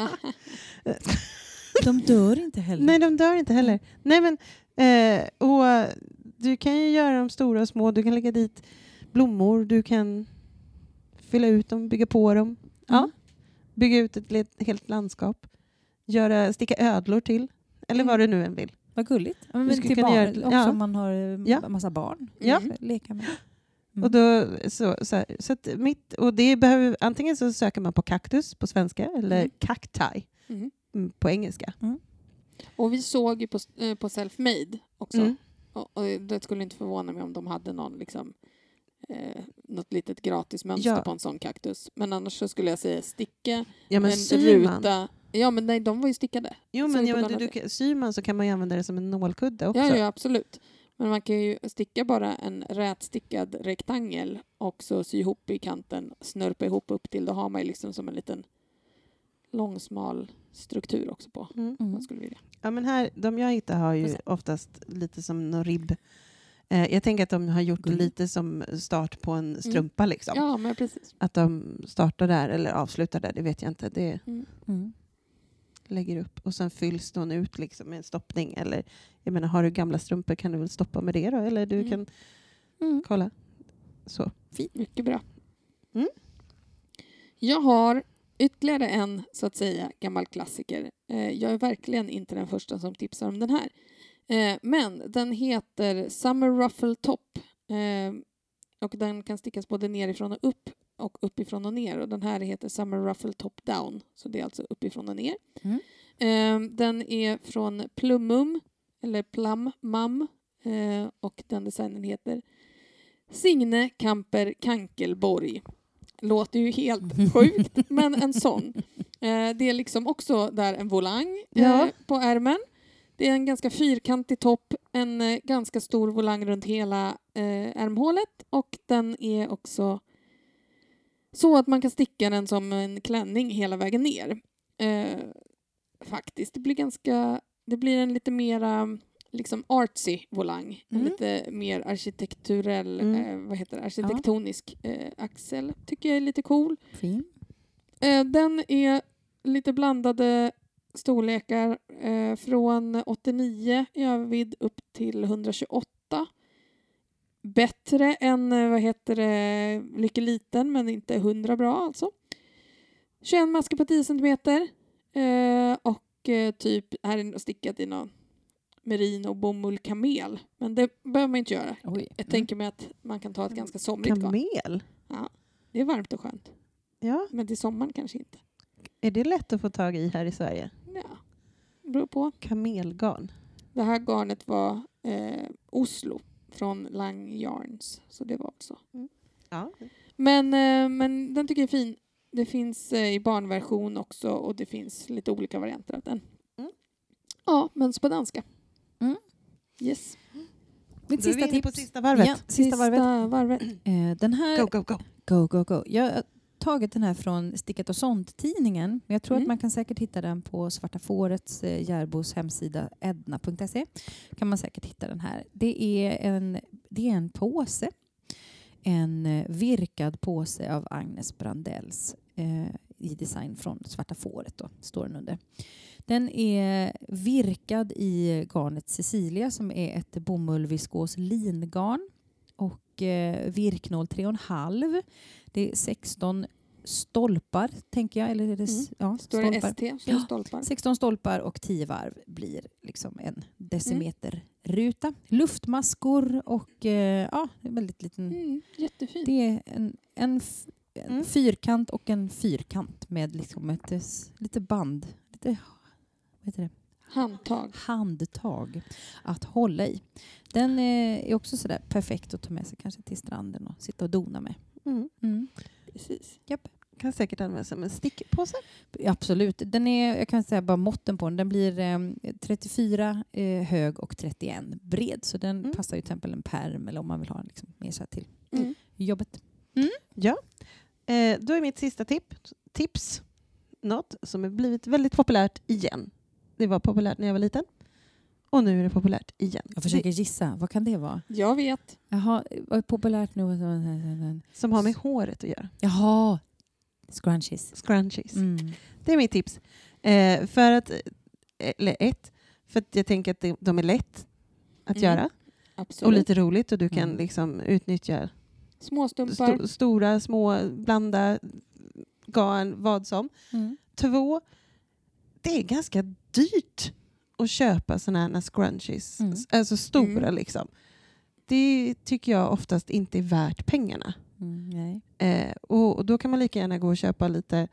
De dör inte heller. Nej, de dör inte heller. Nej, men och du kan ju göra dem stora och små. Du kan lägga dit blommor. Du kan fylla ut dem, bygga på dem. Ja. Bygga ut ett helt landskap. Sticka ödlor till. Eller vad du nu än vill. Vad gulligt. Ja, men till barn, också om man har en massa barn. Leka med. Och då, så att och det behöver, antingen så söker man på kaktus på svenska eller cacti på engelska. Och vi såg ju på Selfmade också. Och det skulle inte förvåna mig om de hade någon liksom, något litet gratismönster på en sån kaktus. Men annars så skulle jag säga sticka en ruta. Ja, men nej, de var ju stickade. Jo, men syr man så kan man ju använda det som en nålkudde också. Ja, absolut. Men man kan ju sticka bara en rätstickad rektangel och så sy ihop i kanten, snörpa ihop upp till. Då har man ju liksom som en liten lång, smal struktur också på. Man skulle vilja. Ja, men här, de jag hittar har ju oftast lite som någon ribb. Jag tänker att de har gjort lite som start på en strumpa liksom. Ja, men precis. Att de startar där eller avslutar där, det vet jag inte. Det lägger upp och sen fylls de ut liksom med en stoppning. Eller, jag menar, har du gamla strumpor kan du väl stoppa med det då? Eller du kan kolla. Så. Fint. Mycket bra. Jag har ytterligare en, så att säga, gammal klassiker. Jag är verkligen inte den första som tipsar om den här. Men den heter Summer Ruffle Top. Och den kan stickas både nerifrån och upp och uppifrån och ner. Och den här heter Summer Ruffle Top Down. Så det är alltså uppifrån och ner. Den är från Plumum, eller Plum Mum. Och den designen heter Signe Kamper Kankelborg. Låter ju helt sjukt, men en sån. Det är liksom också där en volang på ärmen. Det är en ganska fyrkantig topp, en ganska stor volang runt hela ärmhålet. Och den är också så att man kan sticka den som en klänning hela vägen ner. Faktiskt. Det blir en lite mera liksom artsy volang. En lite mer arkitekturell, arkitektonisk axel. Tycker jag är lite cool. Fin. Den är lite blandade storlekar från 89 i övervidd upp till 128. Bättre än Lykke Liten, men inte 100 bra alltså. 21 masker på 10 centimeter. Och typ här är stickat i någon merino, bomull, kamel. Men det behöver man inte göra. Jag tänker mig att man kan ta ett ganska somrigt garn. Kamel? Ja, det är varmt och skönt. Ja. Men till sommaren kanske inte. Är det lätt att få tag i här i Sverige? Ja, det beror på. Kamelgarn. Det här garnet var Oslo från Lang Yarns. Så det var alltså. Ja. Men den tycker jag är fin. Det finns i barnversion också och det finns lite olika varianter av den. Ja, men på danska. Yes. Mitt Då är vi inne på sista varvet. Ja, sista varvet. Den här... Go. Jag har tagit den här från Stickat och sånt-tidningen. Men jag tror att man kan säkert hitta den på Svarta Fårets Järbos hemsida edna.se. Kan man säkert hitta den här. Det är en påse. En virkad påse av Agnes Brandells i design från Svarta Fåret då, står den under. Den är virkad i garnet Cecilia som är ett bomullviskos lingarn och virknål 3,5. Det är 16 stolpar tänker jag. Eller är det, står stolpar. det ST? Så stolpar. 16 stolpar och 10 varv blir liksom en decimeterruta. Luftmaskor och väldigt liten. Jättefint. Det är en fyrkant och en fyrkant med liksom ett lite band. Lite, vad heter det? handtag att hålla i. Den är också sådär perfekt att ta med sig kanske till stranden och sitta och dona med. Precis. Japp. Kan säkert användas som en stickpåse. Absolut. Den är, jag kan säga bara måtten på den. Den blir 34 hög och 31 bred. Så den passar ju till exempel en pärm eller om man vill ha liksom mer så här till jobbet. Ja. Då är mitt sista tips något som har blivit väldigt populärt igen. Det var populärt när jag var liten. Och nu är det populärt igen. Jag försöker gissa. Vad kan det vara? Jag vet. Jaha, vad är populärt nu? Som har med håret att göra. Jaha, scrunchies. Det är mitt tips. För att jag tänker att de är lätt att göra. Absolut. Och lite roligt. Och du kan liksom utnyttja små stumpar. Stora, små, blanda, garn, vad som. 2, det är ganska dyrt att köpa såna här scrunchies. Alltså stora liksom. Det tycker jag oftast inte är värt pengarna. Nej. Och då kan man lika gärna gå och köpa lite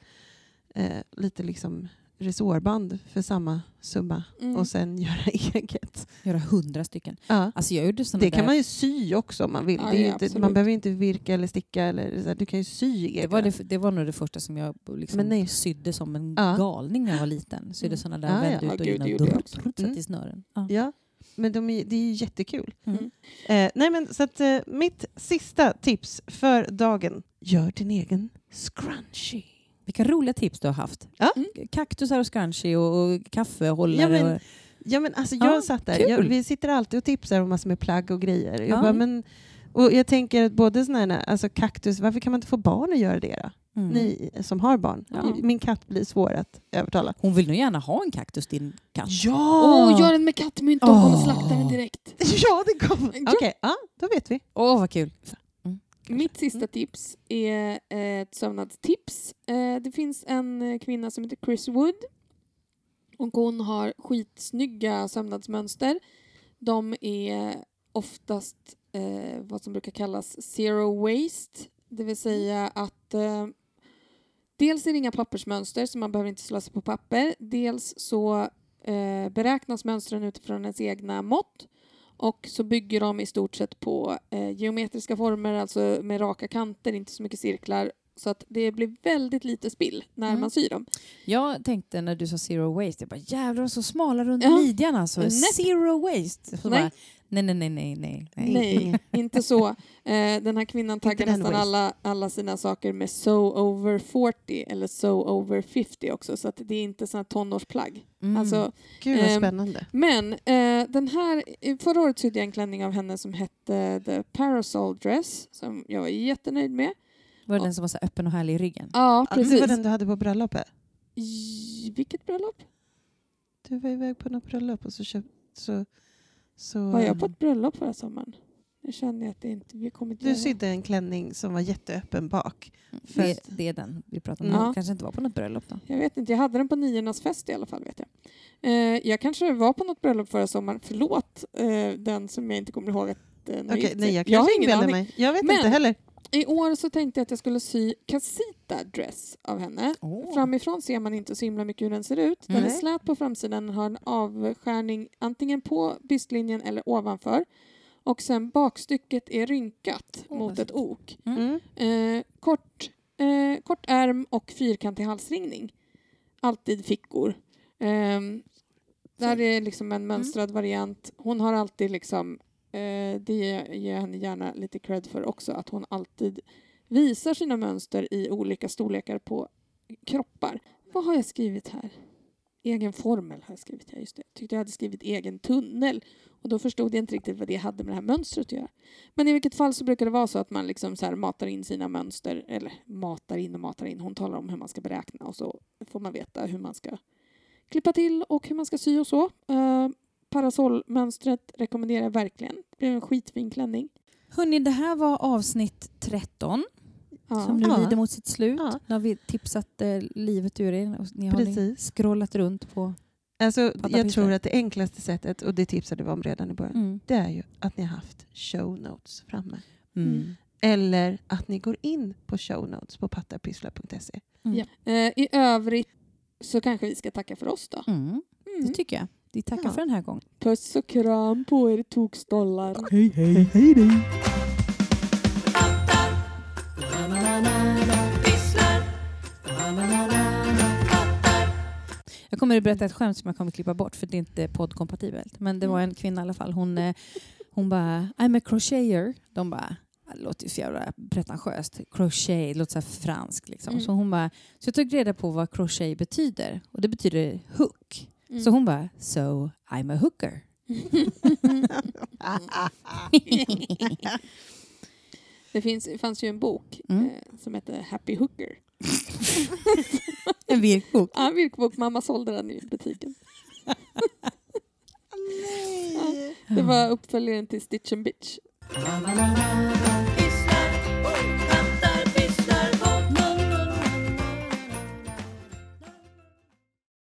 liksom resårband för samma summa och sen göra eget. Göra 100 stycken. Ja. Alltså jag gjorde det kan man ju sy också om man vill. Ja, det är inte, man behöver inte virka eller sticka. Eller, så här, du kan ju sy eget. Det var nog det första som jag liksom sydde som en galning när jag var liten. Sydde sådana där vände ut och in och satt i snören. Ja, men det är ju jättekul. Nej, men så att mitt sista tips för dagen. Gör din egen scrunchie. Vilka roliga tips du har haft. Ja. Kaktusar och scrunchie och kaffehållare. Ja, men alltså jag satt där. Vi sitter alltid och tipsar om massor med plagg och grejer. Och jag tänker att både sådana här, alltså kaktus, varför kan man inte få barn att göra det då? Ni som har barn. Ja. Min katt blir svår att övertala. Hon vill nog gärna ha en kaktus, din katt. Ja! Gör den med kattmynt och kommer slakta den direkt. Ja, det kommer. Okej, då vet vi. Vad kul. Mitt sista tips är ett sömnadstips. Det finns en kvinna som heter Chris Wood. Och hon har skitsnygga sömnadsmönster. De är oftast vad som brukar kallas zero waste. Det vill säga att dels är det inga pappersmönster så man behöver inte slösa på papper. Dels så beräknas mönstren utifrån ens egna mått. Och så bygger de i stort sett på geometriska former, alltså med raka kanter, inte så mycket cirklar. Så att det blir väldigt lite spill när man syr dem. Jag tänkte när du sa zero waste, jag bara jävlar så smala runt midjan alltså. Zero waste. Så nej. Bara, nej, inte så. Den här kvinnan taggar nästan alla sina saker med so over 40 eller so over 50 också. Så att det är inte såna tonårsplagg. Alltså, gud vad spännande. Men den här, förra året sydde jag en klänning av henne som hette The Parasol Dress. Som jag var jättenöjd med. Var det den som var så öppen och härlig i ryggen? Ja, precis. Det var den du hade på bröllopet? Vilket bröllop? Du var iväg på något bröllop och så var jag på ett bröllop förra sommaren? Jag känner att det inte... Vi kommer inte du sydde en klänning som var jätteöppen bak. Det är den vi pratar om. Ja. Kanske inte var på något bröllop då. Jag vet inte. Jag hade den på 9:ornas fest i alla fall, vet jag. Jag kanske var på något bröllop förra sommaren. Förlåt den som jag inte kommer ihåg att... jag har ingen aning. Jag vet inte heller. I år så tänkte jag att jag skulle sy Casita Dress av henne. Framifrån ser man inte så himla mycket hur den ser ut. Den är slät på framsidan och har en avskärning antingen på bystlinjen eller ovanför. Och sen bakstycket är rynkat mot ett ok. Kort ärm och fyrkantig halsringning. Alltid fickor. Där är liksom en mönstrad variant. Hon har alltid liksom... det ger henne gärna lite cred för också. Att hon alltid visar sina mönster i olika storlekar på kroppar. Vad har jag skrivit här? Egen formel har jag skrivit här. Just det. Jag tyckte jag hade skrivit egen tunnel. Och då förstod jag inte riktigt vad det hade med det här mönstret att göra. Men i vilket fall så brukar det vara så att man liksom så här matar in sina mönster. Eller matar in. Hon talar om hur man ska beräkna. Och så får man veta hur man ska klippa till och hur man ska sy och så. Parasolmönstret rekommenderar jag verkligen. Det blir en skitfin klänning. Hörrni, det här var avsnitt 13. Som nu lider mot sitt slut. Nu har vi tipsat livet ur er. Och ni har scrollat runt på... Alltså, jag tror att det enklaste sättet, och det tipsade vi om redan i början, det är ju att ni har haft show notes framme. Eller att ni går in på show notes på pattarpysslar.se. I övrigt så kanske vi ska tacka för oss då. Det tycker jag. Vi tackar för den här gången. Puss och kram på er tokstollar. Hej dig. Jag kommer att berätta ett skämt som jag kommer att klippa bort för det är inte poddkompatibelt. Men det var en kvinna i alla fall. Hon bara, I'm a crocheter. De bara, det låter ju så jävla pretentiöst. Crochet, det låter så här fransk liksom. Så jag tog reda på vad crochet betyder. Och det betyder hook. Så hon bara, so I'm a hooker. Det fanns ju en bok som heter Happy Hooker. En virkbok. Ja, en virkbok. Mamma sålde den i butiken. Nej. Ja, det var uppföljaren till Stitch and Bitch.